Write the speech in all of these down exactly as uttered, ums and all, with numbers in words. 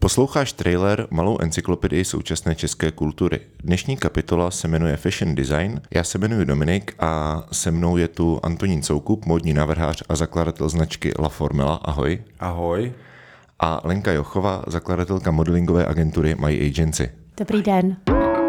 Posloucháš trailer Malou encyklopedii současné české kultury. Dnešní kapitola se jmenuje Fashion Design. Já se jmenuji Dominik a se mnou je tu Antonín Soukup, módní návrhář a zakladatel značky La Formula. Ahoj. Ahoj. A Lenka Jochová, zakladatelka modelingové agentury My Agency. Dobrý den.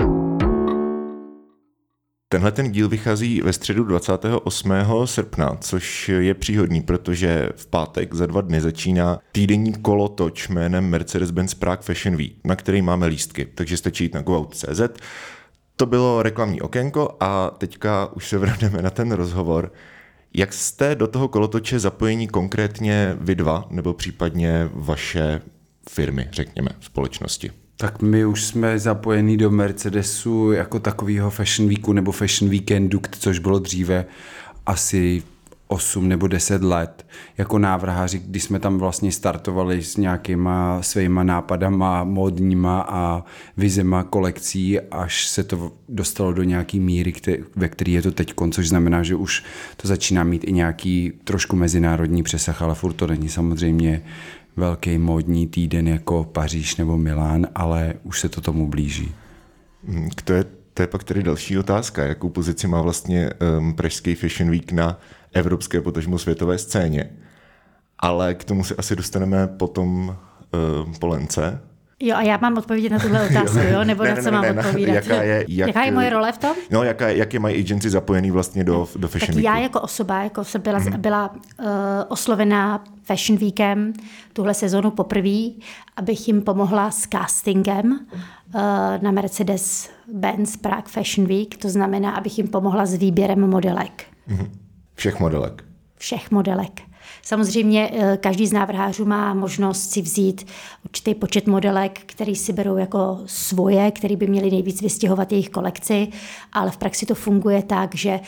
Tenhle ten díl vychází ve středu dvacátého osmého srpna, což je příhodný, protože v pátek za dva dny začíná týdenní kolotoč jménem Mercedes-Benz Prague Fashion Week, na který máme lístky, takže stačí jít na go out tečka cé zet. To bylo reklamní okénko a teďka už se vrhneme na ten rozhovor. Jak jste do toho kolotoče zapojení konkrétně vy dva, nebo případně vaše firmy, řekněme, společnosti? Tak my už jsme zapojení do Mercedesu jako takového Fashion Weeku nebo Fashion Weekendu, což bylo dříve asi osm nebo deset let. Jako návrháři, když jsme tam vlastně startovali s nějakýma svýma nápadama, módníma a vizema kolekcí, až se to dostalo do nějaký míry, ve který je to teďkon, což znamená, že už to začíná mít i nějaký trošku mezinárodní přesah, ale furt to není samozřejmě velký módní týden jako Paříž nebo Milán, ale už se to tomu blíží. To je, to je pak tedy další otázka. Jakou pozici má vlastně um, pražský Fashion Week na evropské, potažmo světové scéně? Ale k tomu se asi dostaneme potom um, po Lence. Jo, a já mám odpovědět na tuhle otázku, jo? Nebo ne, na co ne, mám ne, odpovídat? Jaká je, jak, jaká je moje role v tom? No, jaká, jak je My Agency zapojený vlastně do, do Fashion tak Weeku? Já jako osoba, jako jsem byla, hmm. byla uh, oslovená Fashion Weekem tuhle sezonu poprvé, abych jim pomohla s castingem uh, na Mercedes-Benz Prague Fashion Week, to znamená, abych jim pomohla s výběrem modelek. Hmm. Všech modelek? Všech modelek. Samozřejmě každý z návrhářů má možnost si vzít určitý počet modelek, který si berou jako svoje, který by měli nejvíc vystihovat jejich kolekci, ale v praxi to funguje tak, že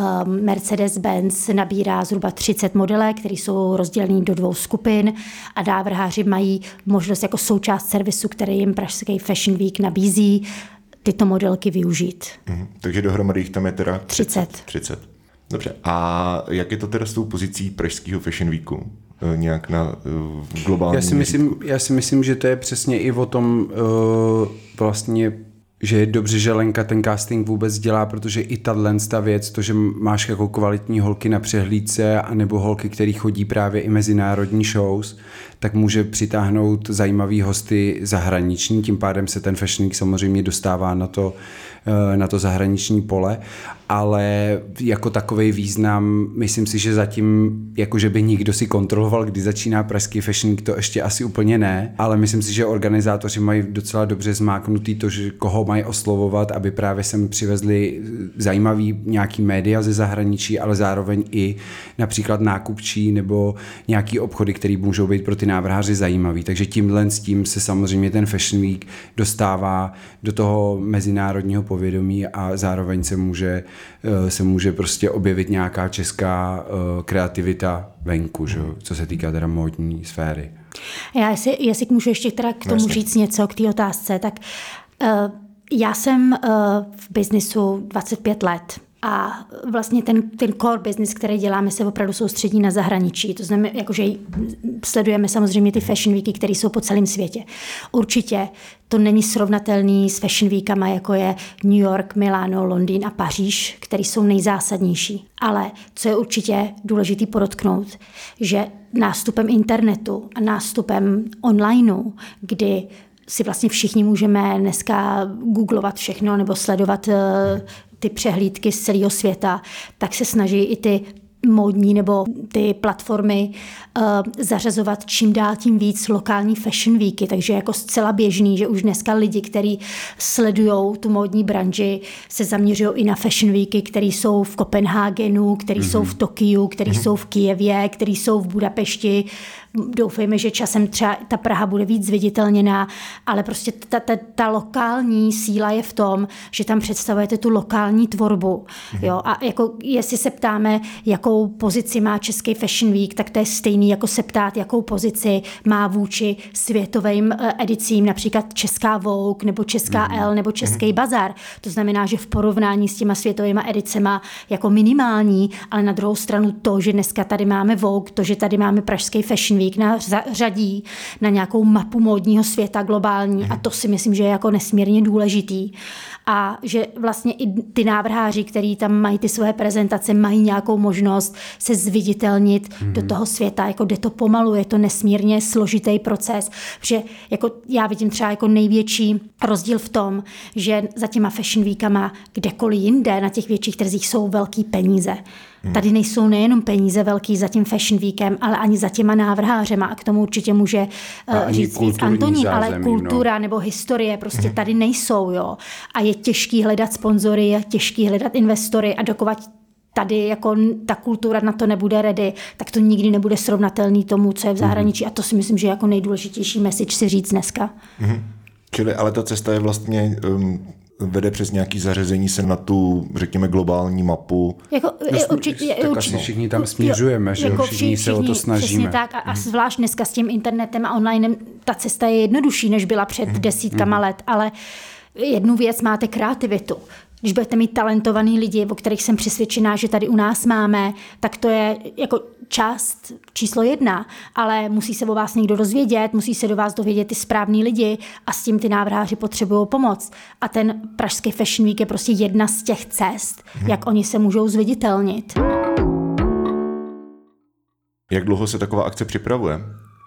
Mercedes-Benz nabírá zhruba třicet modelek, které jsou rozdělené do dvou skupin a návrháři mají možnost jako součást servisu, který jim pražský Fashion Week nabízí, tyto modelky využít. Mhm. Takže dohromady jich tam je teda třicet. třicet. Dobře, a jak je to teda s tou pozicí pražského Fashion Weeku? Nějak na uh, globální já si, myslím, já si myslím, že to je přesně i o tom uh, vlastně, že je dobře, že Lenka ten casting vůbec dělá, protože i tato věc, to, že máš jako kvalitní holky na přehlídce anebo holky, který chodí právě i mezinárodní shows, tak může přitáhnout zajímavý hosty zahraniční, tím pádem se ten Fashion Week samozřejmě dostává na to, na to zahraniční pole, ale jako takovej význam, myslím si, že zatím, jakože by nikdo si kontroloval, kdy začíná pražský Fashion Week, to ještě asi úplně ne, ale myslím si, že organizátoři mají docela dobře zmáknutý to, že koho mají oslovovat, aby právě sem přivezli zajímavý nějaký média ze zahraničí, ale zároveň i například nákupčí nebo nějaký obchody, které můžou být pro ty návrháři zajímavý. Takže tímhle s tím se samozřejmě ten Fashion Week dostává do toho mezinárodního povědomí a zároveň se může, se může prostě objevit nějaká česká kreativita venku, že? Co se týká teda módní sféry. Já jestli, jestli můžu ještě teda k tomu Vlastně. říct něco k té otázce, tak uh, já jsem uh, v biznisu dvacet pět let. A vlastně ten, ten core business, který děláme, se opravdu soustředí na zahraničí. To znamená, jakože sledujeme samozřejmě ty fashion weeky, které jsou po celém světě. Určitě to není srovnatelný s fashion weekama, jako je New York, Milano, Londýn a Paříž, které jsou nejzásadnější. Ale co je určitě důležitý podotknout, že nástupem internetu a nástupem onlineu, kdy si vlastně všichni můžeme dneska googlovat všechno nebo sledovat ty přehlídky z celého světa, tak se snaží i ty módní nebo ty platformy uh, zařazovat čím dál tím víc lokální fashion weeky, takže jako zcela běžný, že už dneska lidi, kteří sledují tu módní branži, se zaměřují i na fashion weeky, které jsou v Kopenhagenu, které mm-hmm. jsou v Tokiu, které mm-hmm. jsou v Kyjevě, které jsou v Budapešti. Doufejme, že časem třeba ta Praha bude víc viditelněná, ale prostě ta, ta, ta lokální síla je v tom, že tam představujete tu lokální tvorbu. Mm-hmm. Jo? A jako, jestli se ptáme, jako jakou pozici má Český Fashion Week, tak to je stejný jako se ptát, jakou pozici má vůči světovým edicím, například Česká Vogue, nebo Česká mm. Elle, nebo Český mm. Bazar. To znamená, že v porovnání s těma světovýma edicema jako minimální, ale na druhou stranu to, že dneska tady máme Vogue, to, že tady máme Pražský Fashion Week, na řadí na nějakou mapu módního světa globální mm. a to si myslím, že je jako nesmírně důležitý. A že vlastně i ty návrháři, který tam mají ty svoje prezentace, mají nějakou možnost se zviditelnit mm-hmm. do toho světa, jako jde to pomalu, je to nesmírně složitý proces, že jako já vidím třeba jako největší rozdíl v tom, že za těma Fashion Weekama kdekoliv jinde na těch větších trzích jsou velký peníze. Hmm. Tady nejsou nejenom peníze velký za tím Fashion Weekem, ale ani za těma návrhářema a k tomu určitě může uh, říct víc Antonín, zázemí, ale kultura no. nebo historie prostě hmm. tady nejsou, jo. A je těžký hledat sponzory, je těžký hledat investory a dokud tady jako ta kultura na to nebude ready, tak to nikdy nebude srovnatelný tomu, co je v zahraničí. Hmm. A to si myslím, že je jako nejdůležitější message si říct dneska. Hmm. Čili ale ta cesta je vlastně... Um... vede přes nějaké zařazení se na tu, řekněme, globální mapu. Jako, je, určitě, je, tak určitě, asi všichni tam směřujeme, že jako všichni, všichni se o to snažíme. Přesně tak a, a zvlášť dneska s tím internetem a online ta cesta je jednodušší, než byla před desítkama mm. let, ale jednu věc máte kreativitu. Když budete mít talentovaný lidi, o kterých jsem přesvědčená, že tady u nás máme, tak to je jako část číslo jedna, ale musí se o vás někdo dozvědět, musí se do vás dovědět ty správní lidi a s tím ty návrháři potřebují pomoc. A ten Pražský Fashion Week je prostě jedna z těch cest, hmm. jak oni se můžou zviditelnit. Jak dlouho se taková akce připravuje?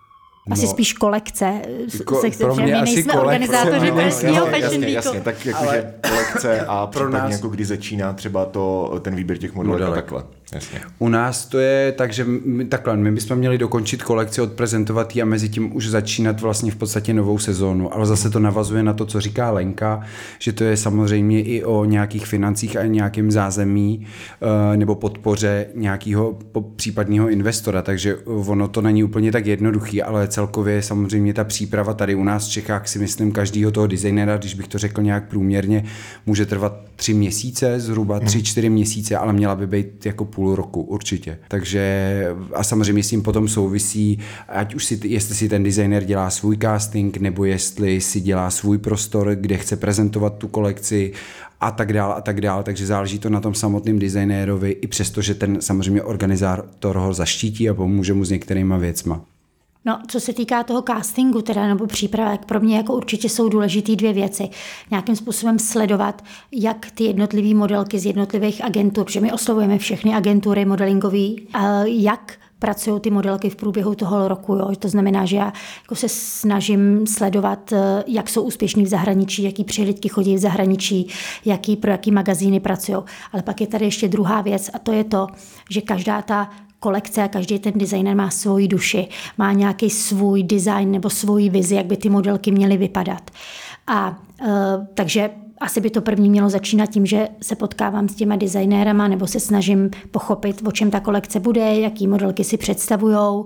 Asi no, spíš kolekce. Ko, se chce, že my nejsme organizátoři Pražského Fashion Weeku. Jasně, tak jakože kolekce a případně nás... jako kdy začíná třeba to, ten výběr těch modelek a takhle. Jasně. U nás to je tak, že my, takhle, my bychom měli dokončit kolekci, odprezentovat ji a mezi tím už začínat vlastně v podstatě novou sezónu, ale zase to navazuje na to, co říká Lenka, že to je samozřejmě i o nějakých financích a nějakém zázemí uh, nebo podpoře nějakého případného investora, takže ono to není úplně tak jednoduchý, ale celkově samozřejmě ta příprava tady u nás v Čechách si myslím každýho toho designéra, když bych to řekl nějak průměrně, může trvat tři měsíce, zhruba tři, čtyři měsíce, ale měla by být jako půl roku určitě. Takže a samozřejmě s tím potom souvisí, ať už si, jestli si ten designer dělá svůj casting, nebo jestli si dělá svůj prostor, kde chce prezentovat tu kolekci a tak dál a tak dál, takže záleží to na tom samotném designérovi, i přesto, že ten samozřejmě organizátor ho zaštítí a pomůže mu s některýma věcma. No, co se týká toho castingu teda, nebo přípravek, pro mě jako určitě jsou důležitý dvě věci. Nějakým způsobem sledovat, jak ty jednotlivé modelky z jednotlivých agentur, protože my oslovujeme všechny agentury modelingový, jak pracují ty modelky v průběhu toho roku. Jo. To znamená, že já jako se snažím sledovat, jak jsou úspěšní v zahraničí, jaký přehlídky chodí v zahraničí, jaký, pro jaký magazíny pracují. Ale pak je tady ještě druhá věc a to je to, že každá ta kolekce a každý ten designer má svoji duši, má nějaký svůj design nebo svoji vizi, jak by ty modelky měly vypadat. A uh, takže asi by to první mělo začínat tím, že se potkávám s těma designérama nebo se snažím pochopit, o čem ta kolekce bude, jaký modelky si představujou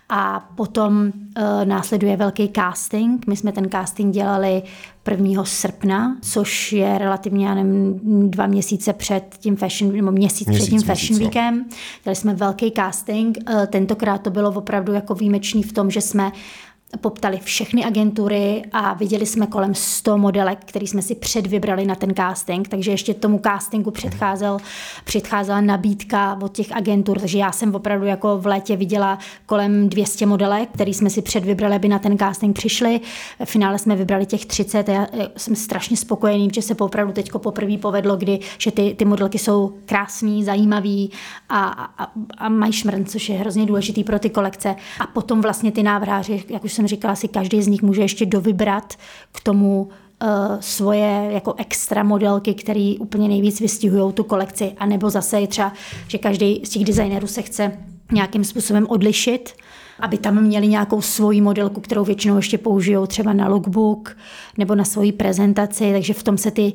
a potom uh, následuje velký casting. My jsme ten casting dělali prvního srpna, což je relativně, já nevím, dva měsíce před tím fashion, nebo měsíc, měsíc před tím fashion měsíc, weekem. Dělali jsme velký casting. Uh, tentokrát to bylo opravdu jako výjimečný v tom, že jsme poptali všechny agentury a viděli jsme kolem sto modelek, který jsme si předvybrali na ten casting, takže ještě tomu castingu předcházel, předcházela nabídka od těch agentur, takže já jsem opravdu jako v létě viděla kolem dvě stě modelek, který jsme si předvybrali, aby na ten casting přišli. V finále jsme vybrali těch třicet a já jsem strašně spokojený, že se opravdu teďko poprvé povedlo, kdy, že ty, ty modelky jsou krásný, zajímavý a, a, a mají šmrn, což je hrozně důležitý pro ty kolekce. A potom vlastně ty návrháři, jak už jsem říkala, si každý z nich může ještě dovybrat k tomu uh, svoje jako extra modelky, které úplně nejvíc vystihují tu kolekci. A nebo zase je třeba, že každý z těch designérů se chce nějakým způsobem odlišit, aby tam měli nějakou svoji modelku, kterou většinou ještě použijou třeba na lookbook nebo na svoji prezentaci, takže v tom se ty,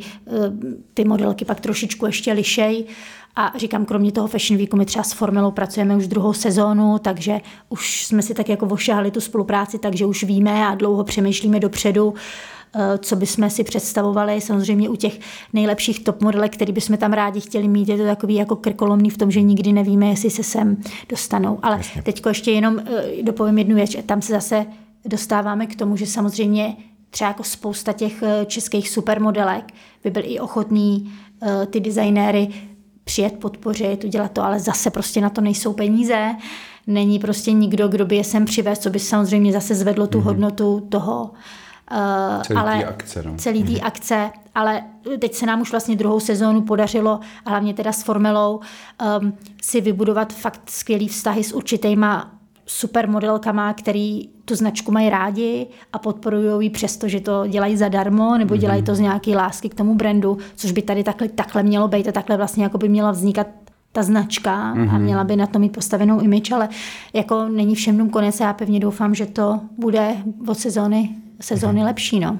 ty modelky pak trošičku ještě lišej. A říkám, kromě toho Fashion Weeku my třeba s Formelou pracujeme už druhou sezónu, takže už jsme si tak jako ošahali tu spolupráci, takže už víme a dlouho přemýšlíme dopředu, co bychom si představovali. Samozřejmě u těch nejlepších top modelek, který bychom tam rádi chtěli mít, je to takový jako krkolomný v tom, že nikdy nevíme, jestli se sem dostanou. Ale teďko ještě jenom dopovím jednu věc, tam se zase dostáváme k tomu, že samozřejmě třeba jako spousta těch českých supermodelek by byli i ochotní ty designéry přijet, podpořit, udělat to, ale zase prostě na to nejsou peníze. Není prostě nikdo, kdo by je sem přivez, co by samozřejmě zase zvedlo tu mm-hmm. hodnotu toho. Uh, celý ale, tý akce. No. Celý tý mm-hmm. akce, ale teď se nám už vlastně druhou sezónu podařilo, a hlavně teda s Formelou, um, si vybudovat fakt skvělý vztahy s určitýma supermodelkama, který tu značku mají rádi a podporují ji přesto, že to dělají zadarmo nebo dělají to z nějaké lásky k tomu brandu, což by tady takhle, takhle mělo být a takhle vlastně jako by měla vznikat ta značka mm-hmm. a měla by na to mít postavenou image, ale jako není všem konec a já pevně doufám, že to bude od sezóny, sezóny mm-hmm. lepší. No.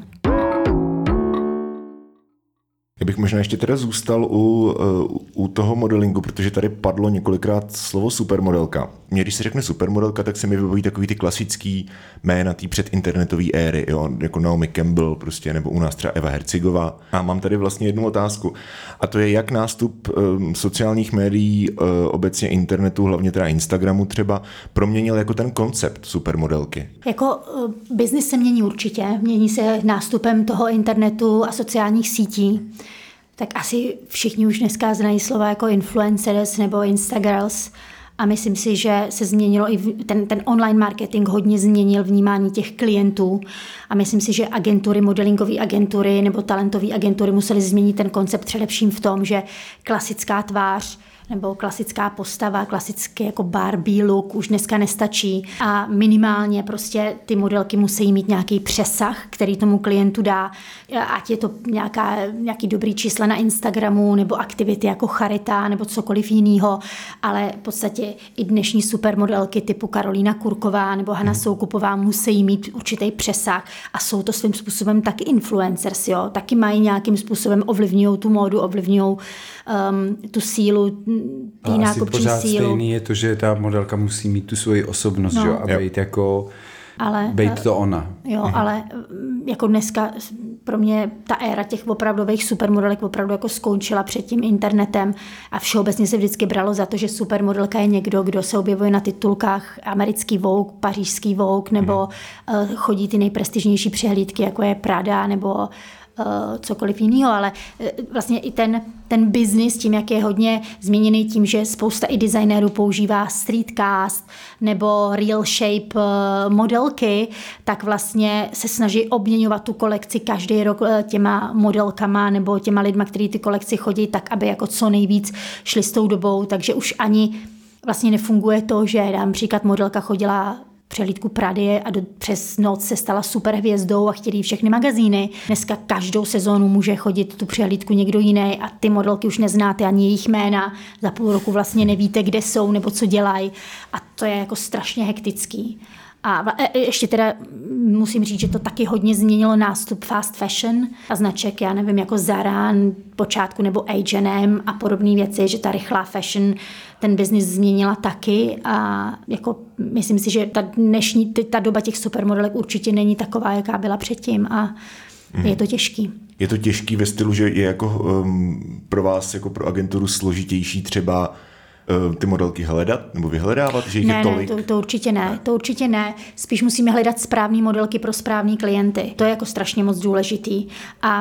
Já bych možná ještě teda zůstal u, u toho modelingu, protože tady padlo několikrát slovo supermodelka. Mně, když se řekne supermodelka, tak se mi vybaví takový ty klasický jména té předinternetové éry, jo? Jako Naomi Campbell prostě, nebo u nás třeba Eva Hercigová. A mám tady vlastně jednu otázku. A to je, jak nástup um, sociálních médií, uh, obecně internetu, hlavně teda Instagramu třeba, proměnil jako ten koncept supermodelky? Jako uh, biznis se mění určitě. Mění se nástupem toho internetu a sociálních sítí. Tak asi všichni už dneska znají slova jako influencers nebo instagirls a myslím si, že se změnilo i ten, ten online marketing hodně změnil vnímání těch klientů a myslím si, že agentury, modelingové agentury nebo talentové agentury musely změnit ten koncept především v tom, že klasická tvář nebo klasická postava, klasický jako Barbie look už dneska nestačí a minimálně prostě ty modelky musí mít nějaký přesah, který tomu klientu dá, ať je to nějaká, nějaký dobrý čísla na Instagramu nebo aktivity jako charita nebo cokoliv jiného, ale v podstatě i dnešní supermodelky typu Karolína Kurková nebo Hana Soukupová musí mít určitý přesah a jsou to svým způsobem taky influencers, jo? Taky mají nějakým způsobem ovlivňují tu módu, ovlivňují um, tu sílu, ale nákupčí asi pořád sílu. Stejný je to, že ta modelka musí mít tu svoji osobnost, no. Jo, a být jako ale, být to ona. Jo, mhm. ale jako dneska pro mě ta éra těch opravdových supermodelek opravdu jako skončila před tím internetem a všeobecně se vždycky bralo za to, že supermodelka je někdo, kdo se objevuje na titulkách americký Vogue, pařížský Vogue, nebo mhm. uh, chodí ty nejprestižnější přehlídky, jako je Prada, nebo Uh, cokoliv jiného, ale uh, vlastně i ten, ten biznis tím, jak je hodně změněný tím, že spousta i designérů používá streetcast nebo real shape uh, modelky, tak vlastně se snaží obměňovat tu kolekci každý rok uh, těma modelkama nebo těma lidma, kteří ty kolekci chodí, tak aby jako co nejvíc šli s tou dobou, takže už ani vlastně nefunguje to, že dám příklad modelka chodila přehlídku Prady a do, přes noc se stala superhvězdou a chtěli všechny magazíny. Dneska každou sezónu může chodit tu přehlídku někdo jiný a ty modelky už neznáte ani jejich jména. Za půl roku vlastně nevíte, kde jsou nebo co dělají a to je jako strašně hektický. A ještě teda musím říct, že to taky hodně změnilo nástup fast fashion a značek, já nevím, jako Zara počátku nebo H and M a podobné věci, že ta rychlá fashion ten biznis změnila taky a jako myslím si, že ta dnešní, ta doba těch supermodelek určitě není taková, jaká byla předtím a mm. je to těžký. Je to těžký ve stylu, že je jako um, pro vás, jako pro agenturu složitější třeba ty modelky hledat nebo vyhledávat, že jich ne, je tolik? Ne, to, to určitě ne, to určitě ne. Spíš musíme hledat správné modelky pro správné klienty. To je jako strašně moc důležitý. A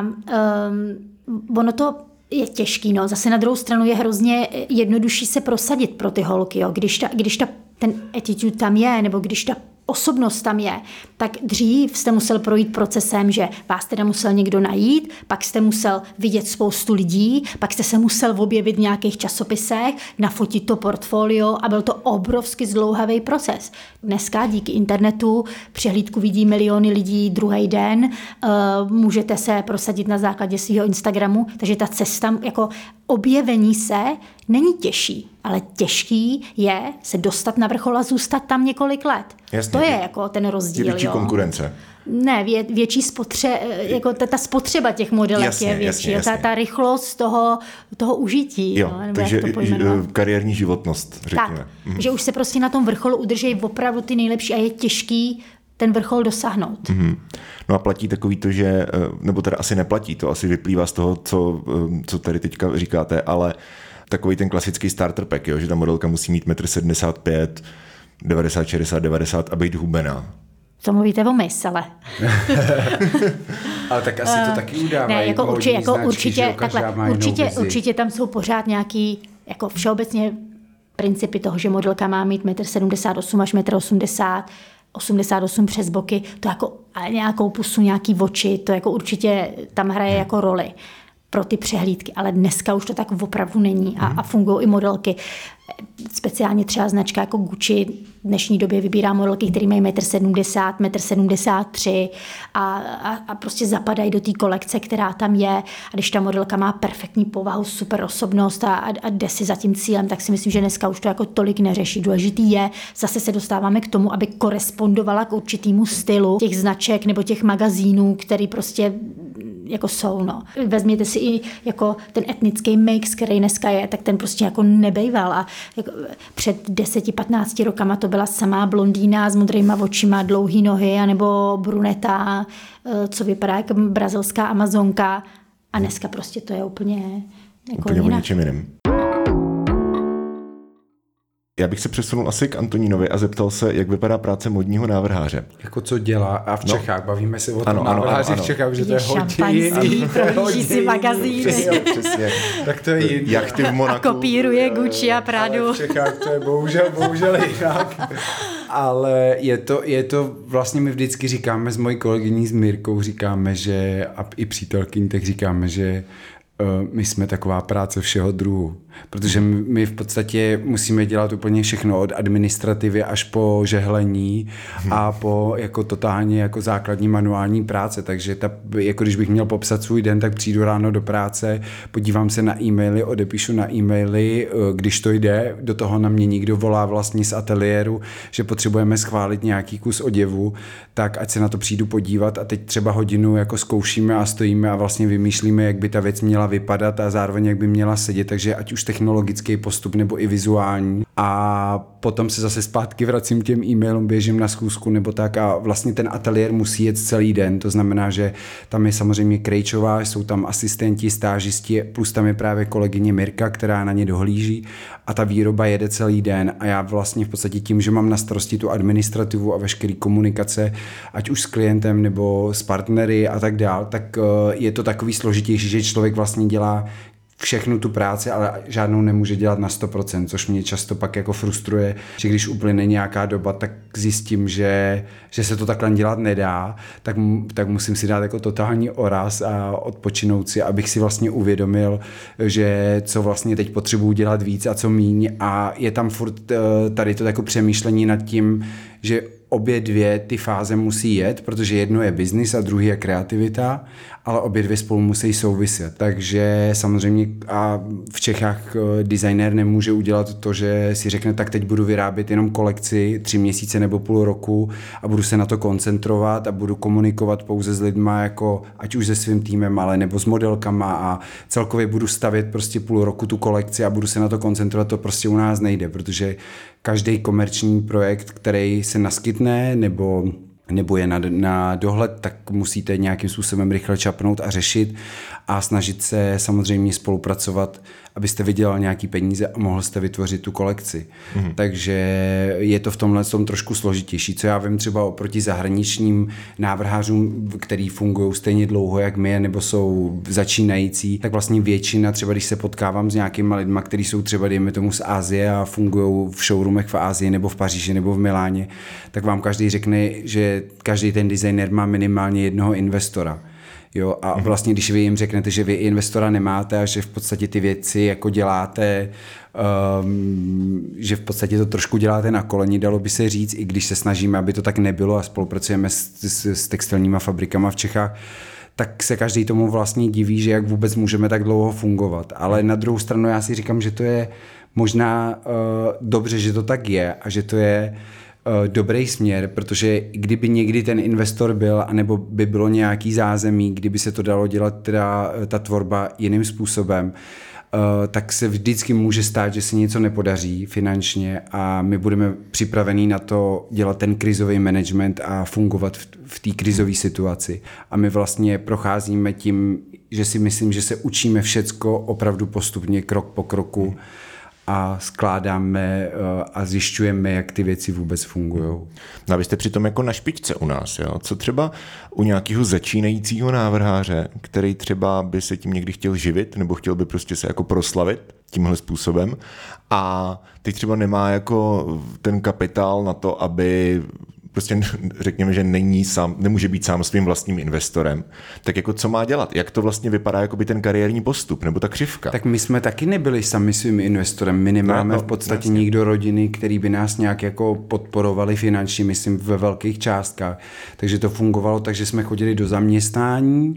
um, ono to je těžký, no. Zase na druhou stranu je hrozně jednodušší se prosadit pro ty holky, jo. Když, ta, když ta, ten attitude tam je, nebo když ta osobnost tam je, tak dřív jste musel projít procesem, že vás teda musel někdo najít, pak jste musel vidět spoustu lidí, pak jste se musel objevit v nějakých časopisech, nafotit to portfolio a byl to obrovsky zdlouhavý proces. Dneska díky internetu přehlídku vidí miliony lidí druhý den, uh, můžete se prosadit na základě svého Instagramu, takže ta cesta jako objevení se není těžší, ale těžký je se dostat na vrchol a zůstat tam několik let. Jasně, to je jako ten rozdíl. Je větší jo. konkurence. Ne, vě, větší spotře, jako ta, ta spotřeba těch modelek jasně, je větší. Jasně, jasně. Ta, ta rychlost toho, toho užití. Jo, no, takže kariérní životnost, řekněme. Tak, mhm. že už se prostě na tom vrcholu udrží opravdu ty nejlepší a je těžký ten vrchol dosáhnout. Mm-hmm. No a platí takový to, že, nebo teda asi neplatí, to asi vyplývá z toho, co, co tady teďka říkáte, ale takový ten klasický starter pack, jo, že ta modelka musí mít metr sedmdesát pět, devadesát, šedesát, devadesát a být hubená. To mluvíte o mis, ale... ale tak asi to taky udávají. Ne, jako, urči, jako značky, určitě, takhle, určitě, určitě tam jsou pořád nějaký, jako všeobecně principy toho, že modelka má mít metr sedmdesát osm až metr osmdesát, osmdesát osm přes boky, to jako ale nějakou pusu, nějaký oči, to jako určitě tam hraje jako roli pro ty přehlídky, ale dneska už to tak opravdu není a, a fungují i modelky. Speciálně třeba značka jako Gucci v dnešní době vybírá modelky, které mají metr sedmdesát, metr sedmdesát tři a, a, a prostě zapadají do té kolekce, která tam je. A když ta modelka má perfektní povahu, super osobnost a, a, a jde si za tím cílem, tak si myslím, že dneska už to jako tolik neřeší. Důležitý je, zase se dostáváme k tomu, aby korespondovala k určitému stylu těch značek nebo těch magazínů, který prostě jako jsou, no. Vezměte si i jako ten etnický mix, který dneska je, tak ten prostě jako nebejval a jako před deseti patnácti rokama to byla samá blondýna s modrýma očima, dlouhý nohy, anebo bruneta, co vypadá jako brazilská amazonka a dneska prostě to je úplně jako úplně o jinak. něčem jiným. Já bych se přesunul asi k Antonínovi a zeptal se, jak vypadá práce modního návrháře. Jako co dělá a v Čechách, no. Bavíme se o tom ano, návrháři ano, ano. v Čechách, že to je hodně jiný. Projíždí si magazíny. Přesně, přesně. Tak to je jiný. Jachty v Monaku. A kopíruje Gucci a Pradu. Ale v Čechách to je bohužel, bohužel jinak. Ale je to, je to, vlastně my vždycky říkáme s mojí kolegyní s Mirkou, říkáme, že a i přítelkyní, tak říkáme, že my jsme taková práce všeho druhu, protože my v podstatě musíme dělat úplně všechno od administrativy až po žehlení a po jako totálně jako základní manuální práce, takže ta, jako když bych měl popsat svůj den, tak přijdu ráno do práce, podívám se na e-maily, odepíšu na e-maily, když to jde, do toho na mě někdo volá vlastně z ateliéru, že potřebujeme schválit nějaký kus oděvu, tak ať se na to přijdu podívat a teď třeba hodinu jako zkoušíme a stojíme a vlastně vymýšlíme, jak by ta věc měla vypadat a zároveň jak by měla sedět, takže ať už technologický postup nebo i vizuální a potom se zase zpátky vracím k těm e-mailům, běžím na schůzku nebo tak a vlastně ten ateliér musí jet celý den, to znamená, že tam je samozřejmě Krejčová, jsou tam asistenti, stážisti, plus tam je právě kolegyně Mirka, která na ně dohlíží a ta výroba jede celý den a já vlastně v podstatě tím, že mám na starosti tu administrativu a veškerý komunikace, ať už s klientem nebo s partnery a tak dál, tak je to takový složitější, že člověk vlastně dělá všechnu tu práci, ale žádnou nemůže dělat na sto procent, což mě často pak jako frustruje, že když uplyne nějaká doba, tak zjistím, že, že se to takhle dělat nedá, tak, tak musím si dát jako totální oraz a odpočinout si, abych si vlastně uvědomil, že co vlastně teď potřebuji dělat víc a co míň a je tam furt tady to jako přemýšlení nad tím, že obě dvě ty fáze musí jet, protože jedno je biznis a druhý je kreativita, ale obě dvě spolu musí souviset. Takže samozřejmě a v Čechách designér nemůže udělat to, že si řekne, tak teď budu vyrábět jenom kolekci tři měsíce nebo půl roku a budu se na to koncentrovat a budu komunikovat pouze s lidma, jako ať už se svým týmem, ale nebo s modelkama a celkově budu stavět prostě půl roku tu kolekci a budu se na to koncentrovat, to prostě u nás nejde, protože každý komerční projekt, který se naskytne nebo, nebo je na, na dohled, tak musíte nějakým způsobem rychle čapnout a řešit a snažit se samozřejmě spolupracovat, abyste vydělal nějaký peníze a mohl jste vytvořit tu kolekci. Mm. Takže je to v tomhle tom trošku složitější. Co já vím třeba oproti zahraničním návrhářům, který fungují stejně dlouho, jak my, nebo jsou začínající, tak vlastně většina, třeba když se potkávám s nějakýma lidma, kteří jsou třeba, dejme tomu, z Asie a fungují v showroomech v Asii nebo v Paříži nebo v Miláně, tak vám každý řekne, že každý ten designer má minimálně jednoho investora. Jo, a vlastně, když vy jim řeknete, že vy investora nemáte a že v podstatě ty věci jako děláte, um, že v podstatě to trošku děláte na koleni, dalo by se říct, i když se snažíme, aby to tak nebylo a spolupracujeme s, s, s textilníma fabrikama v Čechách, tak se každý tomu vlastně diví, že jak vůbec můžeme tak dlouho fungovat. Ale na druhou stranu já si říkám, že to je možná uh, dobře, že to tak je a že to je dobrý směr, protože kdyby někdy ten investor byl, anebo by bylo nějaký zázemí, kdyby se to dalo dělat teda ta tvorba jiným způsobem tak se vždycky může stát, že se něco nepodaří finančně a my budeme připravení na to dělat ten krizový management a fungovat v, v té krizové situaci. A my vlastně procházíme tím, že si myslím, že se učíme všecko opravdu postupně, krok po kroku a skládáme a zjišťujeme, jak ty věci vůbec fungují. No a vy jste přitom jako na špičce u nás, jo? Co třeba u nějakého začínajícího návrháře, který třeba by se tím někdy chtěl živit, nebo chtěl by prostě se jako proslavit tímhle způsobem a teď třeba nemá jako ten kapitál na to, aby prostě řekněme, že není sám, nemůže být sám svým vlastním investorem, tak jako co má dělat? Jak to vlastně vypadá jako by ten kariérní postup nebo ta křivka? Tak my jsme taky nebyli sami svým investorem. My nemáme no, v podstatě jasně. nikdo rodiny, který by nás nějak jako podporovali finančně, myslím ve velkých částkách. Takže to fungovalo tak, že jsme chodili do zaměstnání,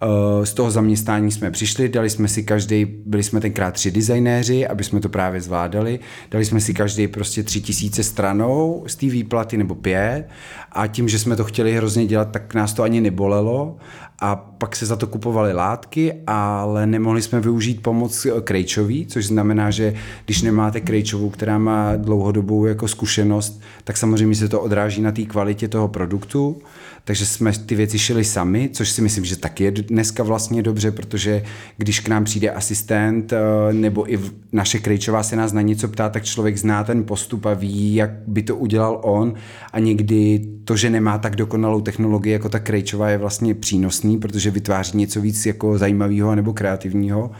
z toho zaměstnání jsme přišli, dali jsme si každý, byli jsme tenkrát tři designéři, aby jsme to právě zvládali, dali jsme si každý prostě tři tisíce stranou z té výplaty nebo pět a tím, že jsme to chtěli hrozně dělat, tak nás to ani nebolelo a pak se za to kupovaly látky, ale nemohli jsme využít pomoc Krejčový, což znamená, že když nemáte Krejčovou, která má dlouhodobou jako zkušenost, tak samozřejmě se to odráží na té kvalitě toho produktu, takže jsme ty věci šili sami, což si myslím, že taky je dneska vlastně dobře, protože když k nám přijde asistent nebo i naše Krejčová se nás na něco ptá, tak člověk zná ten postup a ví, jak by to udělal on a někdy to, že nemá tak dokonalou technologii jako ta Krejčová je vlastně přínosný, protože vytváří něco víc jako zajímavého nebo kreativního,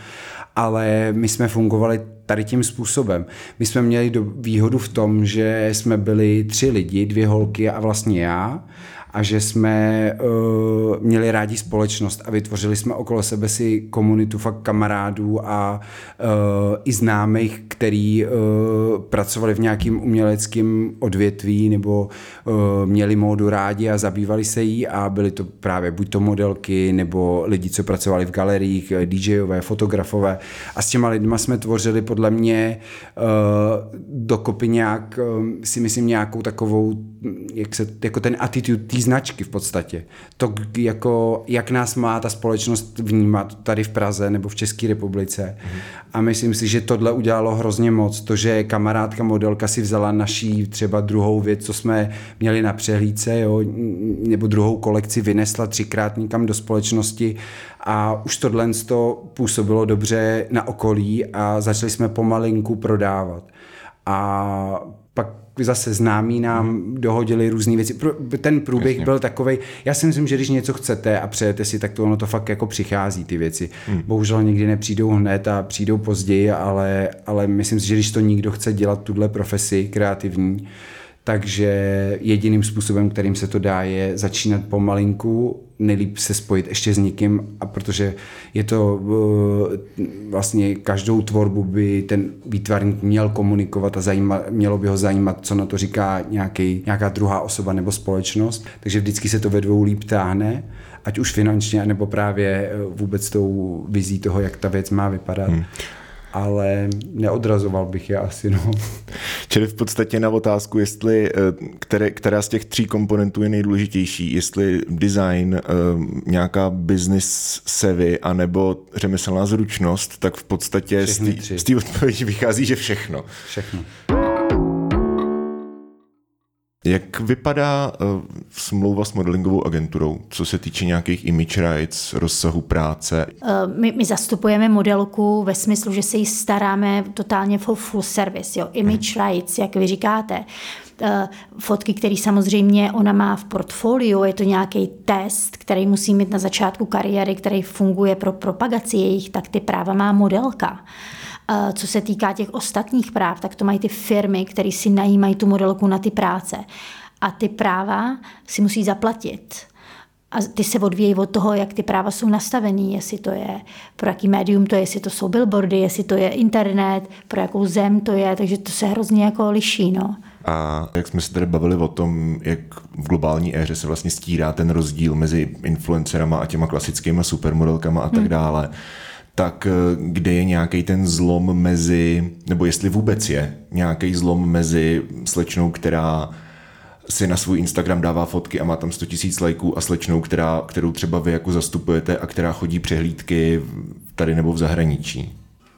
ale my jsme fungovali tady tím způsobem. My jsme měli do výhodu v tom, že jsme byli tři lidi, dvě holky a vlastně já, a že jsme uh, měli rádi společnost a vytvořili jsme okolo sebe si komunitu fakt kamarádů a uh, i známých, který uh, pracovali v nějakým uměleckém odvětví nebo uh, měli módu rádi a zabývali se jí a byly to právě buď to modelky nebo lidi, co pracovali v galeriích, DJové, fotografové a s těma lidma jsme tvořili podle mě uh, dokopy nějak, uh, si myslím nějakou takovou, jak se, jako ten attitude té značky v podstatě. To, jako, jak nás má ta společnost vnímat tady v Praze nebo v České republice. Mm. A myslím si, že tohle udělalo hrozně moc. To, že kamarádka modelka si vzala naší třeba druhou věc, co jsme měli na přehlídce, jo, nebo druhou kolekci vynesla třikrát někam do společnosti a už tohle to působilo dobře na okolí a začali jsme pomalinku prodávat. A pak zase známí nám dohodili různé věci. Ten průběh Jasně. byl takovej, já si myslím, že když něco chcete a přejete si, tak to ono to fakt jako přichází, ty věci. Hmm. Bohužel někdy nepřijdou hned a přijdou později, ale, ale myslím si, že když to někdo chce dělat tuhle profesi kreativní, takže jediným způsobem, kterým se to dá, je začínat pomalinku, nejlíp se spojit ještě s někým, a protože je to vlastně každou tvorbu by ten výtvarník měl komunikovat a zajímat, mělo by ho zajímat, co na to říká nějaký, nějaká druhá osoba nebo společnost, takže vždycky se to ve dvou líp táhne, ať už finančně, nebo právě vůbec tou vizí toho, jak ta věc má vypadat. Hmm. Ale neodrazoval bych je asi, no. Čili v podstatě na otázku, jestli které, která z těch tří komponentů je nejdůležitější, jestli design, nějaká business savvy, anebo řemeslná zručnost, tak v podstatě z té odpovědi vychází, že všechno. Všechno. Jak vypadá uh, smlouva s modelingovou agenturou, co se týče nějakých image rights, rozsahu práce? My, my zastupujeme modelku ve smyslu, že se jí staráme totálně full, full service. Jo? Image hmm. rights, jak vy říkáte. Fotky, které samozřejmě ona má v portfoliu, je to nějaký test, který musí mít na začátku kariéry, který funguje pro propagaci jejich, tak ty práva má modelka. Co se týká těch ostatních práv, tak to mají ty firmy, které si najímají tu modelku na ty práce. A ty práva si musí zaplatit. A ty se odvíjejí od toho, jak ty práva jsou nastavený, jestli to je, pro jaký médium to je, jestli to jsou billboardy, jestli to je internet, pro jakou zem to je, takže to se hrozně jako liší, no. A jak jsme se tady bavili o tom, jak v globální éře se vlastně stírá ten rozdíl mezi influencerama a těma klasickými supermodelkama a tak hmm. dále, tak kde je nějaký ten zlom mezi, nebo jestli vůbec je nějaký zlom mezi slečnou, která si na svůj Instagram dává fotky a má tam sto tisíc lajků a slečnou, která, kterou třeba vy jako zastupujete a která chodí přehlídky tady nebo v zahraničí?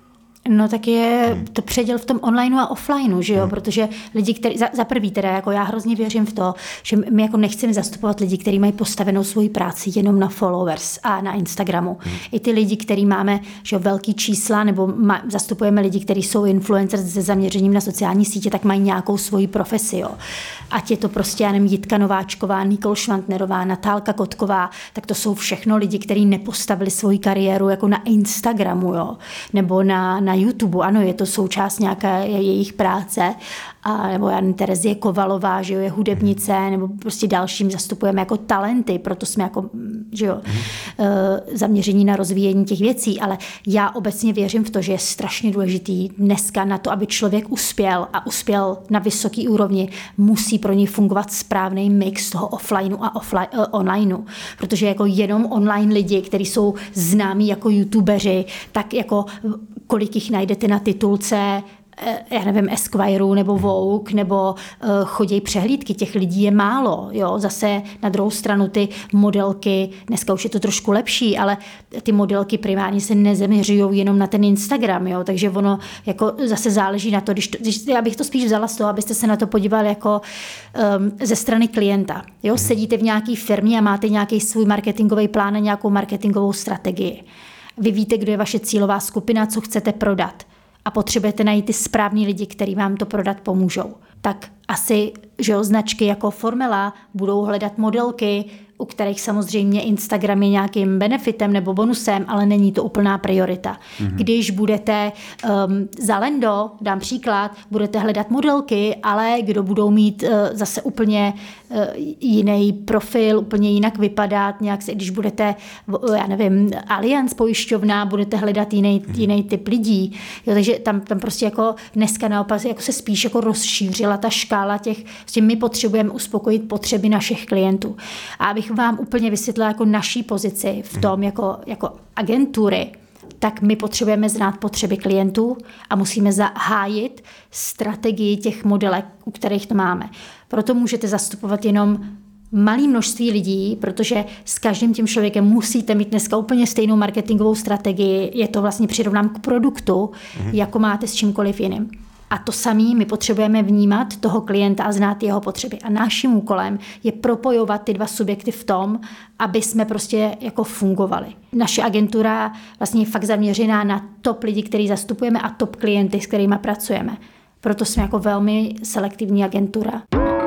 No tak je to předěl v tom onlineu a offlineu, že jo, hmm. protože lidi, kteří, za, za prvý teda, jako já hrozně věřím v to, že my jako nechceme zastupovat lidi, kteří mají postavenou svoji práci jenom na followers a na Instagramu. Hmm. I ty lidi, kteří máme, že jo, velký čísla, nebo ma, zastupujeme lidi, kteří jsou influencers se zaměřením na sociální sítě, tak mají nějakou svoji profesi, jo. Ať je to prostě, já nevím, Jitka Nováčková, Nikol Švantnerová, Natálka Kotková, tak to jsou všechno lidi, kteří nepostavili svoji kariéru jako na Instagramu, jo, nebo na, na YouTube. Ano, je to součást nějaké jejich práce, a, nebo já nevím, Terezie Kovalová, že jo, je hudebnice, nebo prostě dalším zastupujeme jako talenty, proto jsme jako, že jo, mm. zaměření na rozvíjení těch věcí, ale já obecně věřím v to, že je strašně důležitý dneska na to, aby člověk uspěl a uspěl na vysoký úrovni, musí pro něj fungovat správný mix toho offlineu a offline, uh, onlineu, protože jako jenom online lidi, kteří jsou známí jako youtubeři, tak jako kolik jich najdete na titulce, já nevím, Esquire nebo Vogue, nebo uh, chodějí přehlídky, těch lidí je málo, jo, zase na druhou stranu ty modelky, dneska už je to trošku lepší, ale ty modelky primárně se nezaměřují jenom na ten Instagram, jo, takže ono jako zase záleží na to, když, to, když já bych to spíš vzala z toho, abyste se na to podívali jako um, ze strany klienta, jo, sedíte v nějaké firmě a máte nějaký svůj marketingový plán a nějakou marketingovou strategii. Vy víte, kdo je vaše cílová skupina, co chcete prodat. A potřebujete najít ty správní lidi, kteří vám to prodat pomůžou. Tak asi, že jo, značky jako Formela budou hledat modelky, u kterých samozřejmě Instagram je nějakým benefitem nebo bonusem, ale není to úplná priorita. Mm-hmm. Když budete um, za Lendo, dám příklad, budete hledat modelky, ale kdo budou mít uh, zase úplně uh, jiný profil, úplně jinak vypadat, nějak se, když budete, já nevím, Allianz pojišťovna, budete hledat jiný, mm-hmm. jiný typ lidí. Jo, takže tam, tam prostě jako dneska naopak jako se spíš jako rozšířila ta škála těch, vlastně my potřebujeme uspokojit potřeby našich klientů. A abych vám úplně vysvětlila jako naší pozici v tom jako, jako agentury, tak my potřebujeme znát potřeby klientů a musíme zahájit strategii těch modelek, u kterých to máme. Proto můžete zastupovat jenom malé množství lidí, protože s každým tím člověkem musíte mít dneska úplně stejnou marketingovou strategii. Je to vlastně přirovnám k produktu, mm-hmm. jako máte s čímkoliv jiným. A to samé my potřebujeme vnímat toho klienta a znát jeho potřeby. A naším úkolem je propojovat ty dva subjekty v tom, aby jsme prostě jako fungovali. Naše agentura vlastně je fakt zaměřená na top lidi, který zastupujeme a top klienty, s kterými pracujeme. Proto jsme jako velmi selektivní agentura.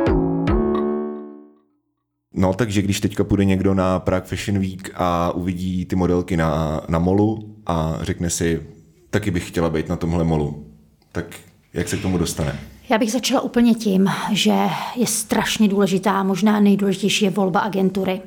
No, takže když teďka půjde někdo na Prague Fashion Week a uvidí ty modelky na, na molu a řekne si, taky bych chtěla být na tomhle molu, tak jak se k tomu dostane? Já bych začala úplně tím, že je strašně důležitá, možná nejdůležitější je volba agentury.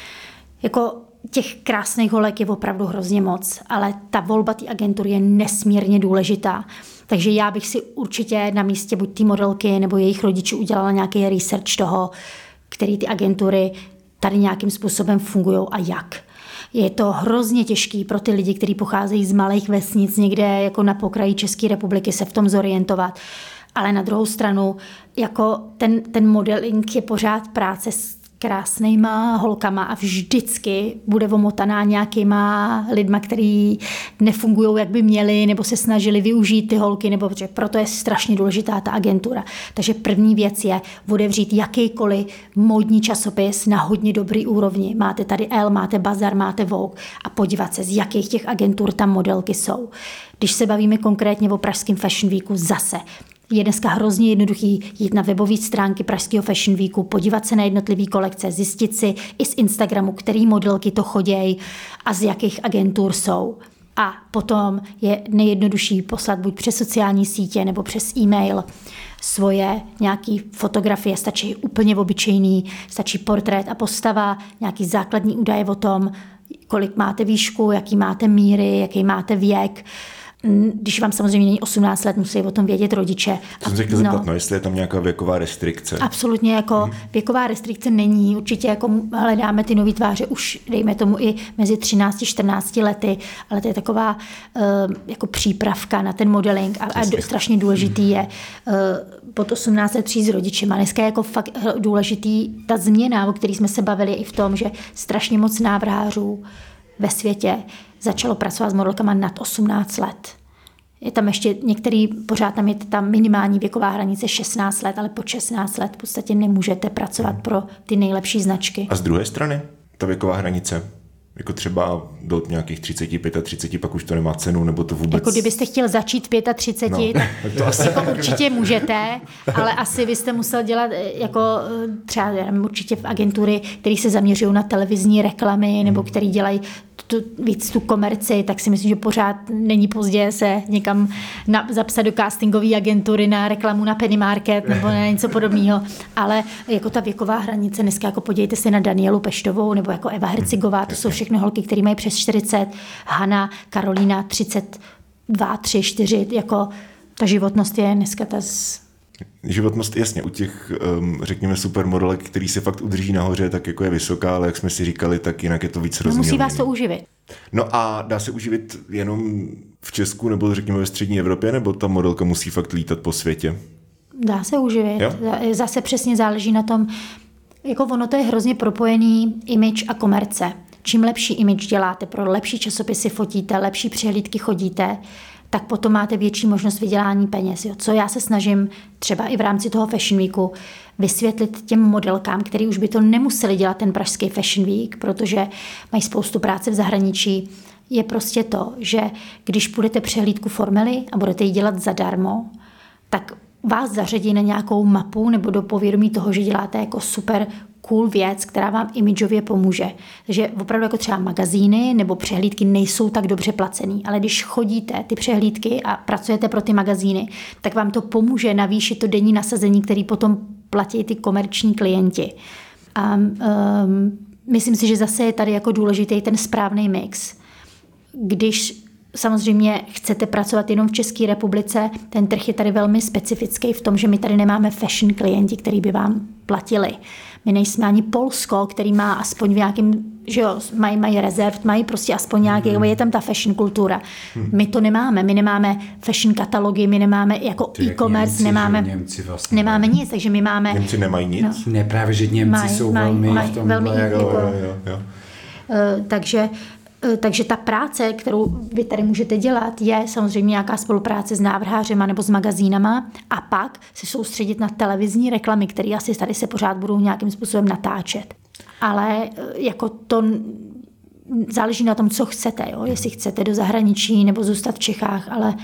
Jako těch krásných holek je opravdu hrozně moc, ale ta volba té agentury je nesmírně důležitá. Takže já bych si určitě na místě buď té modelky nebo jejich rodičů udělala nějaký research toho, který ty agentury tady nějakým způsobem fungují a jak. Je to hrozně těžký pro ty lidi, kteří pocházejí z malých vesnic někde jako na pokraji České republiky se v tom zorientovat. Ale na druhou stranu jako ten, ten modeling je pořád práce s krásnýma holkama a vždycky bude omotaná nějakýma lidma, který nefungují, jak by měli, nebo se snažili využít ty holky, nebo protože proto je strašně důležitá ta agentura. Takže první věc je otevřít jakýkoliv módní časopis na hodně dobrý úrovni. Máte tady Elle, máte Bazar, máte Vogue a podívat se, z jakých těch agentur tam modelky jsou. Když se bavíme konkrétně o pražském Fashion Weeku, zase je dneska hrozně jednoduchý jít na webové stránky pražského Fashion Weeku, podívat se na jednotlivé kolekce, zjistit si i z Instagramu, který modelky to chodějí a z jakých agentur jsou. A potom je nejjednodušší poslat buď přes sociální sítě nebo přes e-mail svoje nějaké fotografie, stačí úplně obyčejný, stačí portrét a postava, nějaký základní údaje o tom, kolik máte výšku, jaký máte míry, jaký máte věk. Když vám samozřejmě není osmnáct let, musí o tom vědět rodiče. To jsem se chtěl zeptat, no, jestli je tam nějaká věková restrikce. Absolutně, jako hmm. věková restrikce není. Určitě jako hledáme ty nový tváře už, dejme tomu, i mezi třináct čtrnáct lety, ale to je taková uh, jako přípravka na ten modeling a, a strašně důležitý je uh, pod osmnáct let přijít s rodičema. Dneska je jako fakt důležitý ta změna, o které jsme se bavili i v tom, že strašně moc návrhářů ve světě začalo pracovat s modelkama nad osmnáct let. Je tam ještě některý, pořád tam je tam minimální věková hranice šestnáct let, ale po šestnáct let v podstatě nemůžete pracovat pro ty nejlepší značky. A z druhé strany, ta věková hranice? Jako třeba do nějakých třicet, třicet pět, pak už to nemá cenu, nebo to vůbec... Jako kdybyste chtěl začít v třicet pěti, no, tak to asi... jako určitě můžete, ale asi byste musel dělat jako třeba určitě v agentury, které se zaměřují na televizní reklamy, nebo který dělají tu, víc tu komerci, tak si myslím, že pořád není pozdě se někam na, zapsat do castingové agentury na reklamu na Penny Market nebo na něco podobného, ale jako ta věková hranice dneska, jako podívejte se na Danielu Peštovou nebo jako Eva Hercigová, to jsou všechny holky, které mají přes čtyřicet, Hana, Karolína třicet dva, tři, čtyři, jako ta životnost je dneska ta z... Životnost, jasně, u těch, um, řekněme, supermodelek, který se fakt udrží nahoře, tak jako je vysoká, ale jak jsme si říkali, tak jinak je to víc rozmělný. No musí vás to uživit. No a dá se uživit jenom v Česku nebo řekněme ve střední Evropě, nebo ta modelka musí fakt lítat po světě? Dá se uživit. Jo? Zase přesně záleží na tom, jako ono to je hrozně propojený image a komerce. Čím lepší image děláte, pro lepší časopisy fotíte, lepší přehlídky chodíte, tak potom máte větší možnost vydělání peněz. Jo. Co já se snažím třeba i v rámci toho Fashion Weeku vysvětlit těm modelkám, který už by to nemuseli dělat ten pražský Fashion Week, protože mají spoustu práce v zahraničí, je prostě to, že když půjdete přehlídku formely a budete ji dělat zadarmo, tak vás zařadí na nějakou mapu nebo do povědomí toho, že děláte jako super cool věc, která vám imidžově pomůže. Takže opravdu jako třeba magazíny nebo přehlídky nejsou tak dobře placený, ale když chodíte ty přehlídky a pracujete pro ty magazíny, tak vám to pomůže navýšit to denní nasazení, který potom platí ty komerční klienti. A um, myslím si, že zase je tady jako důležitý ten správný mix. Když samozřejmě chcete pracovat jenom v České republice, ten trh je tady velmi specifický v tom, že my tady nemáme fashion klienti, který by vám platili. My nejsme ani Polsko, který má aspoň v nějakém, že jo, mají, mají rezerv, mají prostě aspoň nějaký, hmm. je tam ta fashion kultura. Hmm. My to nemáme, my nemáme fashion katalogy, my nemáme jako Ty e-commerce, Němci, nemáme, Němci vlastně nemáme nic, takže my máme... Němci nemají nic? No, ne, právě, že Němci mají, jsou mají, velmi mají, v tom velmi jako... Jo, jo, jo, jo. Uh, takže Takže ta práce, kterou vy tady můžete dělat, je samozřejmě nějaká spolupráce s návrhářema nebo s magazínama a pak se soustředit na televizní reklamy, které asi tady se pořád budou nějakým způsobem natáčet. Ale jako to záleží na tom, co chcete. Jo? Jestli chcete do zahraničí nebo zůstat v Čechách, ale...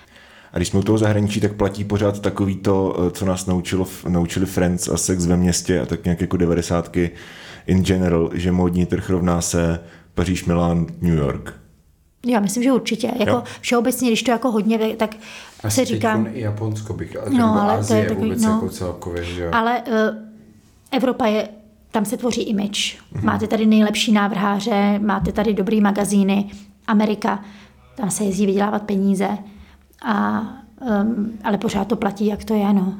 A když jsme u toho zahraničí, tak platí pořád takový to, co nás naučilo, naučili Friends a Sex ve městě a tak nějak jako devadesátky in general, že módní trh rovná se Paříž, Milán, New York. Já myslím, že určitě. Jako všeobecně, když to jako hodně, tak asi se říkám... i Japonsko bych, ale no, ale Asie to je takový, vůbec no, jako celkově, že jo. Ale uh, Evropa je, tam se tvoří image. Mm-hmm. Máte tady nejlepší návrháře, máte tady dobrý magazíny. Amerika, tam se jezdí vydělávat peníze. A, um, ale pořád to platí, jak to je, no.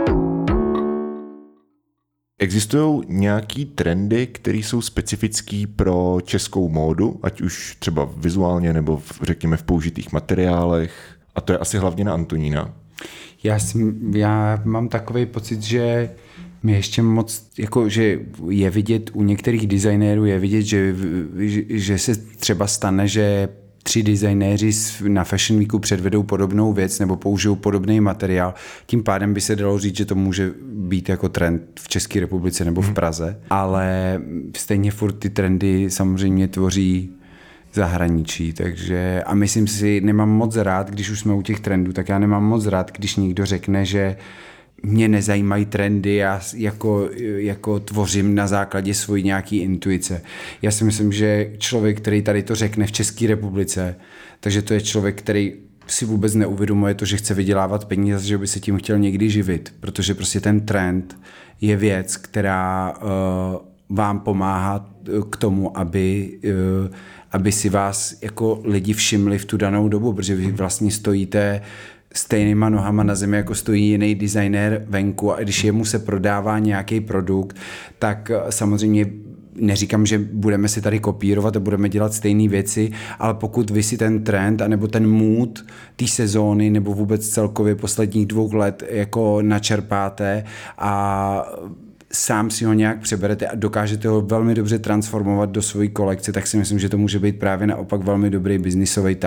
Existují nějaký trendy, které jsou specifický pro českou módu, ať už třeba vizuálně nebo v, řekněme v použitých materiálech? A to je asi hlavně na Antonína. Já, jsem, já mám takový pocit, že mi ještě moc, jako, že je vidět u některých designérů, je vidět, že, že se třeba stane, že tři designéři na Fashion Weeku předvedou podobnou věc nebo použijou podobný materiál. Tím pádem by se dalo říct, že to může být jako trend v České republice nebo v Praze, ale stejně furt ty trendy samozřejmě tvoří zahraničí, takže a myslím si, nemám moc rád, když už jsme u těch trendů, tak já nemám moc rád, když někdo řekne, že mě nezajímají trendy, já jako, jako tvořím na základě svojí nějaký intuice. Já si myslím, že člověk, který tady to řekne v České republice, takže to je člověk, který si vůbec neuvědomuje to, že chce vydělávat peníze, že by se tím chtěl někdy živit, protože prostě ten trend je věc, která uh, vám pomáhá k tomu, aby, uh, aby si vás jako lidi všimli v tu danou dobu, protože vy vlastně stojíte stejnýma nohama na zemi, jako stojí jiný designér venku a když jemu se prodává nějaký produkt, tak samozřejmě neříkám, že budeme si tady kopírovat a budeme dělat stejné věci, ale pokud vy si ten trend anebo ten mood té sezóny nebo vůbec celkově posledních dvou let jako načerpáte a sám si ho nějak přeberete a dokážete ho velmi dobře transformovat do své kolekce, tak si myslím, že to může být právě naopak velmi dobrý biznisový tah.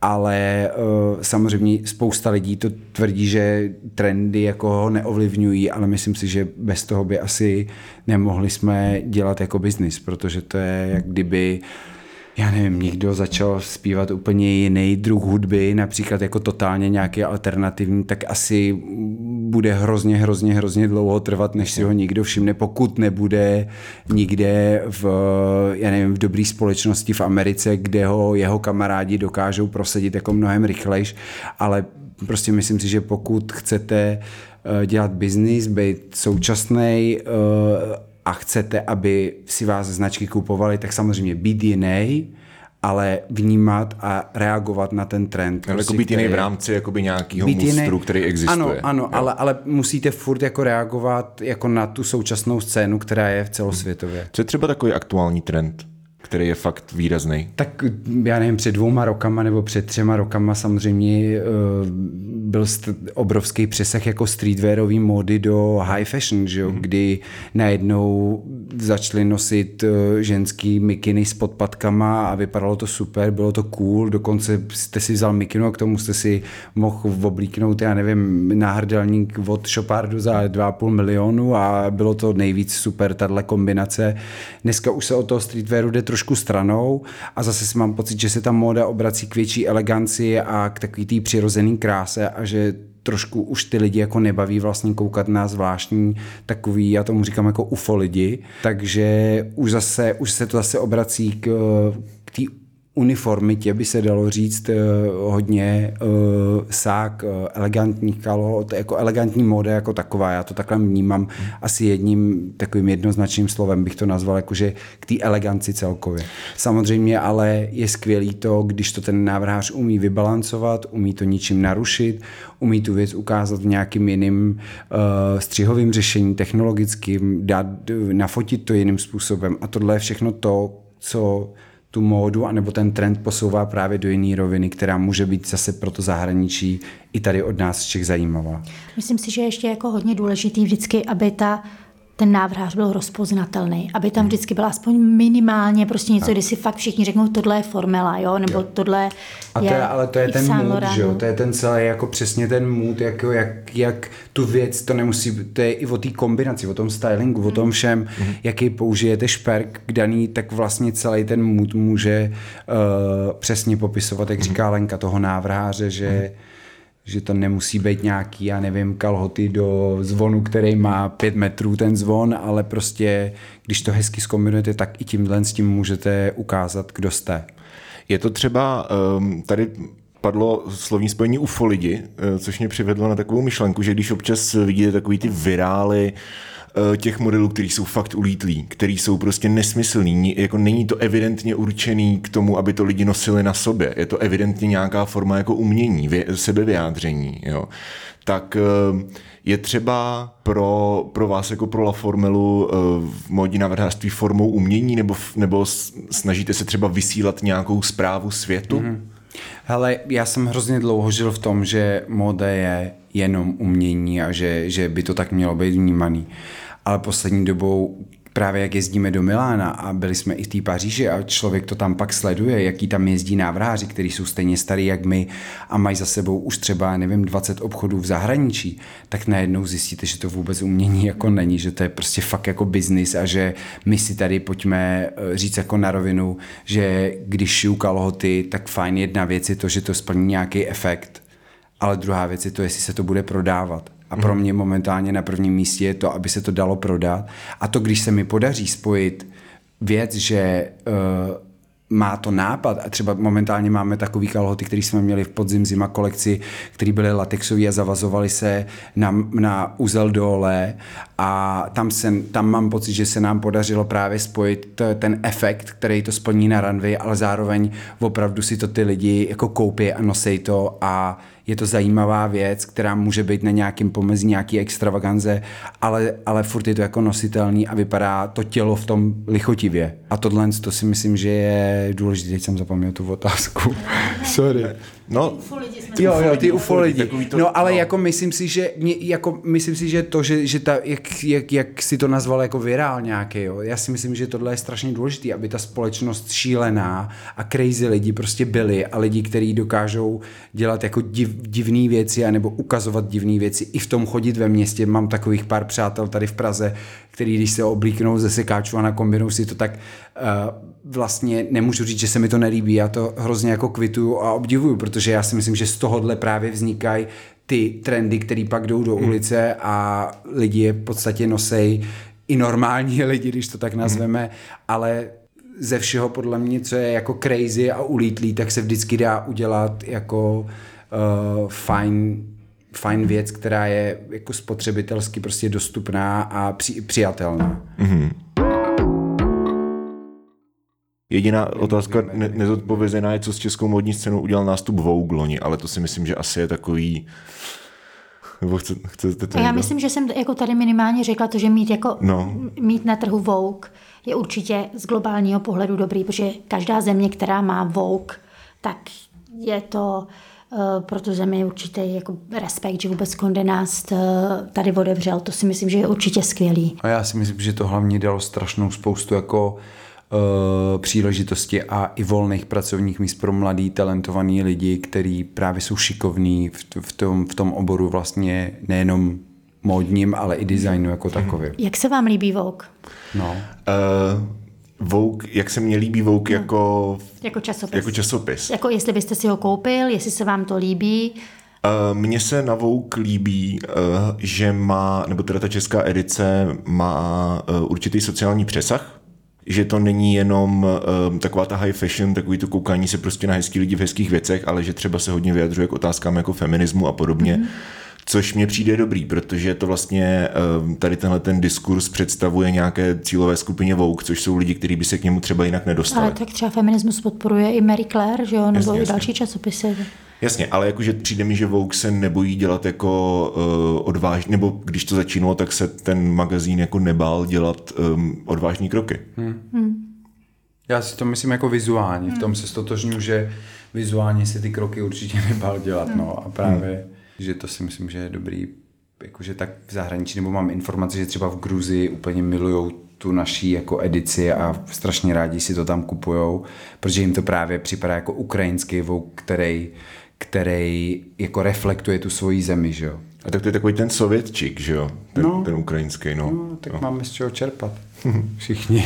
ale uh, samozřejmě spousta lidí to tvrdí, že trendy jako ho neovlivňují, ale myslím si, že bez toho by asi nemohli jsme dělat jako biznis, protože to je jak kdyby já nevím, někdo začal zpívat úplně jiný druh hudby, například jako totálně nějaký alternativní, tak asi bude hrozně, hrozně, hrozně dlouho trvat, než si ho nikdo všimne, pokud nebude nikde v, já nevím, v dobré společnosti v Americe, kde ho jeho kamarádi dokážou prosadit jako mnohem rychlejš, ale prostě myslím si, že pokud chcete dělat biznis, být současnej, a chcete, aby si vás značky kupovali, tak samozřejmě být jiný, ale vnímat a reagovat na ten trend. Ale jako být jiný v rámci jakoby nějakého mustru, který existuje. Ano, ano, ale, ale musíte furt jako reagovat jako na tu současnou scénu, která je v celosvětově. Co je třeba takový aktuální trend, který je fakt výrazný? Tak já nevím, před dvouma rokama nebo před třema rokama samozřejmě uh, byl st- obrovský přesah jako streetwearový módy do high fashion, že jo? Mm. Kdy najednou začali nosit uh, ženský mikiny s podpatkama a vypadalo to super, bylo to cool, dokonce jste si vzal mikinu a k tomu jste si mohl oblíknout, já nevím, náhrdelník od Shopardu za dva a půl milionu a bylo to nejvíc super, tahle kombinace. Dneska už se od toho streetwearu jde trošku stranou a zase si mám pocit, že se ta móda obrací k větší eleganci a k takový té přirozený kráse a že trošku už ty lidi jako nebaví vlastně koukat na zvláštní takový, já tomu říkám jako ufo lidi, takže už zase, už se to zase obrací k, k té uniformitě, by se dalo říct, hodně uh, sák, uh, elegantní kalhot, jako elegantní móda jako taková, já to takhle vnímám hmm. asi jedním takovým jednoznačným slovem bych to nazval, jakože k té eleganci celkově. Samozřejmě ale je skvělý to, když to ten návrhář umí vybalancovat, umí to ničím narušit, umí tu věc ukázat v nějakým jiným uh, střihovým řešení, technologickým, dát, nafotit to jiným způsobem a tohle je všechno to, co tu módu anebo ten trend posouvá právě do jiné roviny, která může být zase pro to zahraničí i tady od nás Čech zajímavá. Myslím si, že ještě jako hodně důležitý vždycky, aby ta ten návrhář byl rozpoznatelný, aby tam vždycky byla aspoň minimálně prostě něco, kdy si fakt všichni řeknou, tohle je formela, jo, nebo jo. tohle a to je, je ale to je ten mood, že jo, to je ten celý jako přesně ten mood, jako jak, jak tu věc, to nemusí, to je i o té kombinaci, o tom stylingu, mm. o tom všem, mm. jaký použijete šperk k daný, tak vlastně celý ten mood může uh, přesně popisovat, jak mm. říká Lenka, toho návrháře, že mm. že to nemusí být nějaký, já nevím, kalhoty do zvonu, který má pět metrů ten zvon, ale prostě, když to hezky zkombinujete, tak i tímhle s tím můžete ukázat, kdo jste. Je to třeba, um, tady padlo slovní spojení ufo lidi, což mě přivedlo na takovou myšlenku, že když občas vidíte takový ty virály těch modelů, který jsou fakt ulítlí, který jsou prostě nesmyslný, jako není to evidentně určený k tomu, aby to lidi nosili na sobě. Je to evidentně nějaká forma jako umění, sebevyjádření, jo. Tak je třeba pro, pro vás jako pro La Formelu v módní návrhářství formou umění, nebo, nebo snažíte se třeba vysílat nějakou zprávu světu? Mm-hmm. Hele, já jsem hrozně dlouho žil v tom, že móda je jenom umění a že, že by to tak mělo být vnímaný. Ale poslední dobou právě jak jezdíme do Milána a byli jsme i v té Paříži a člověk to tam pak sleduje, jaký tam jezdí návrháři, kteří jsou stejně starý jak my a mají za sebou už třeba, nevím, dvacet obchodů v zahraničí, tak najednou zjistíte, že to vůbec umění jako není, že to je prostě fakt jako biznis a že my si tady pojďme říct jako na rovinu, že když šiju kalhoty, tak fajn, jedna věc je to, že to splní nějaký efekt, ale druhá věc je to, jestli se to bude prodávat. A pro mě momentálně na prvním místě je to, aby se to dalo prodat. A to, když se mi podaří spojit věc, že uh, má to nápad a třeba momentálně máme takový kalhoty, který jsme měli v podzim zima kolekci, který byly latexový a zavazovaly se na, na uzel dole a tam, se, tam mám pocit, že se nám podařilo právě spojit ten efekt, který to splní na runway, ale zároveň opravdu si to ty lidi jako koupí a nosej to a je to zajímavá věc, která může být na nějakým pomezí nějaký extravaganze, ale, ale furt je to jako nositelný a vypadá to tělo v tom lichotivě. A tohle to si myslím, že je důležité. Teď jsem zapomněl tu otázku. Sorry. No, jo, jo, ty U F O lidi. To, no, ale no. jako myslím si, že jako myslím si, že to, že, že ta, jak, jak, jak si to nazval jako virál nějaký, jo. Já si myslím, že tohle je strašně důležité, aby ta společnost šílená a crazy lidi prostě byli a lidi, kteří dokážou dělat jako div, divné věci anebo ukazovat divné věci i v tom chodit ve městě. Mám takových pár přátel tady v Praze, který když se oblíknou ze sekáčů a nakombinou si to, tak uh, vlastně nemůžu říct, že se mi to nelíbí. Já to hrozně jako kvituju a obdivuju, protože já si myslím, že z tohohle právě vznikají ty trendy, které pak jdou do ulice a lidi je v podstatě nosej, i normální lidi, když to tak nazveme, ale ze všeho podle mě, co je jako crazy a ulítlý, tak se vždycky dá udělat jako uh, fajn fajn věc, která je jako spotřebitelsky prostě dostupná a při, přijatelná. Mm-hmm. Jediná otázka ne- nezodpovězená je, co s českou módní scénou udělal nástup Vogue loni, ale to si myslím, že asi je takový... Nebo chce, chcete to Já někdo? myslím, že jsem jako tady minimálně řekla to, že mít, jako, no. mít na trhu Vogue je určitě z globálního pohledu dobrý, protože každá země, která má Vogue, tak je to uh, pro tu zemi určitě jako respekt, že vůbec Condé Nast uh, tady otevřel. To si myslím, že je určitě skvělý. A já si myslím, že to hlavně dalo strašnou spoustu jako uh, příležitosti a i volných pracovních míst pro mladý, talentovaný lidi, kteří právě jsou šikovní v, v, tom, v tom oboru vlastně nejenom módním, ale i designu jako takový. Jak se vám líbí Vogue? No. Uh, Vogue, jak se mně líbí Vogue no. jako... Jako časopis. Jako časopis. Jako jestli byste si ho koupil, jestli se vám to líbí. Uh, mně se na Vogue líbí, uh, že má, nebo teda ta česká edice má uh, určitý sociální přesah, že to není jenom uh, taková ta high fashion, takový to koukání se prostě na hezký lidi v hezkých věcech, ale že třeba se hodně vyjadřuje k otázkám jako feminismu a podobně. Mm-hmm. Což mně přijde dobrý, protože to vlastně tady tenhle ten diskurs představuje nějaké cílové skupině Vogue, což jsou lidi, kteří by se k němu třeba jinak nedostali. Ale tak třeba feminismus podporuje i Marie Claire, že jo, nebo jasně, i jasně. další časopisy. Jasně, ale jakože přijde mi, že Vogue se nebojí dělat jako uh, odvážný, nebo když to začínalo, tak se ten magazín jako nebál dělat um, odvážný kroky. Hmm. Hmm. Já si to myslím jako vizuálně, hmm. v tom se stotožňuji, že vizuálně si ty kroky určitě nebál dělat, hmm. no a právě hmm. že to si myslím, že je dobrý, jakože tak v zahraničí, nebo mám informace, že třeba v Gruzii úplně milujou tu naší jako edici a strašně rádi si to tam kupujou, protože jim to právě připadá jako ukrajinský Vogue, který, který jako reflektuje tu svoji zemi, že jo. A tak to je takový ten sovětčik, že jo, ten, no. ten ukrajinský, no. no tak no. máme z čeho čerpat, všichni.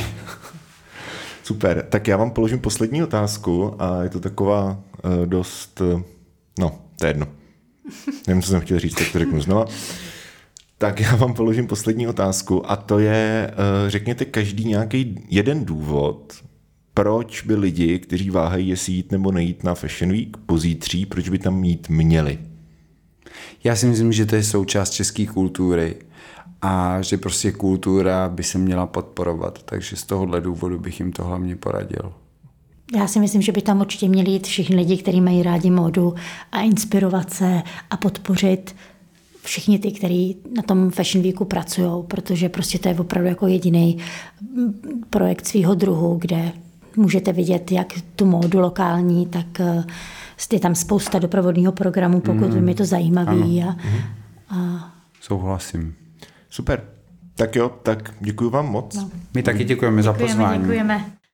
Super, tak já vám položím poslední otázku a je to taková uh, dost, uh, no, to je jedno. Nevím, co jsem chtěl říct, tak to řeknu znova. Tak já vám položím poslední otázku a to je, řekněte každý nějaký jeden důvod, proč by lidi, kteří váhají, jestli jít nebo nejít na Fashion Week pozítří, proč by tam jít měli? Já si myslím, že to je součást české kultury a že prostě kultura by se měla podporovat, takže z tohohle důvodu bych jim to hlavně poradil. Já si myslím, že by tam určitě měli jít všichni lidi, kteří mají rádi módu a inspirovat se a podpořit všichni ty, kteří na tom Fashion Weeku pracují, protože prostě to je opravdu jako jediný projekt svýho druhu, kde můžete vidět jak tu módu lokální, tak je tam spousta doprovodného programu, pokud mm. mi to zajímavý. A, a... Souhlasím. Super. Tak jo, tak děkuji vám moc. No. My taky děkujeme, děkujeme za pozvání. Děkujeme.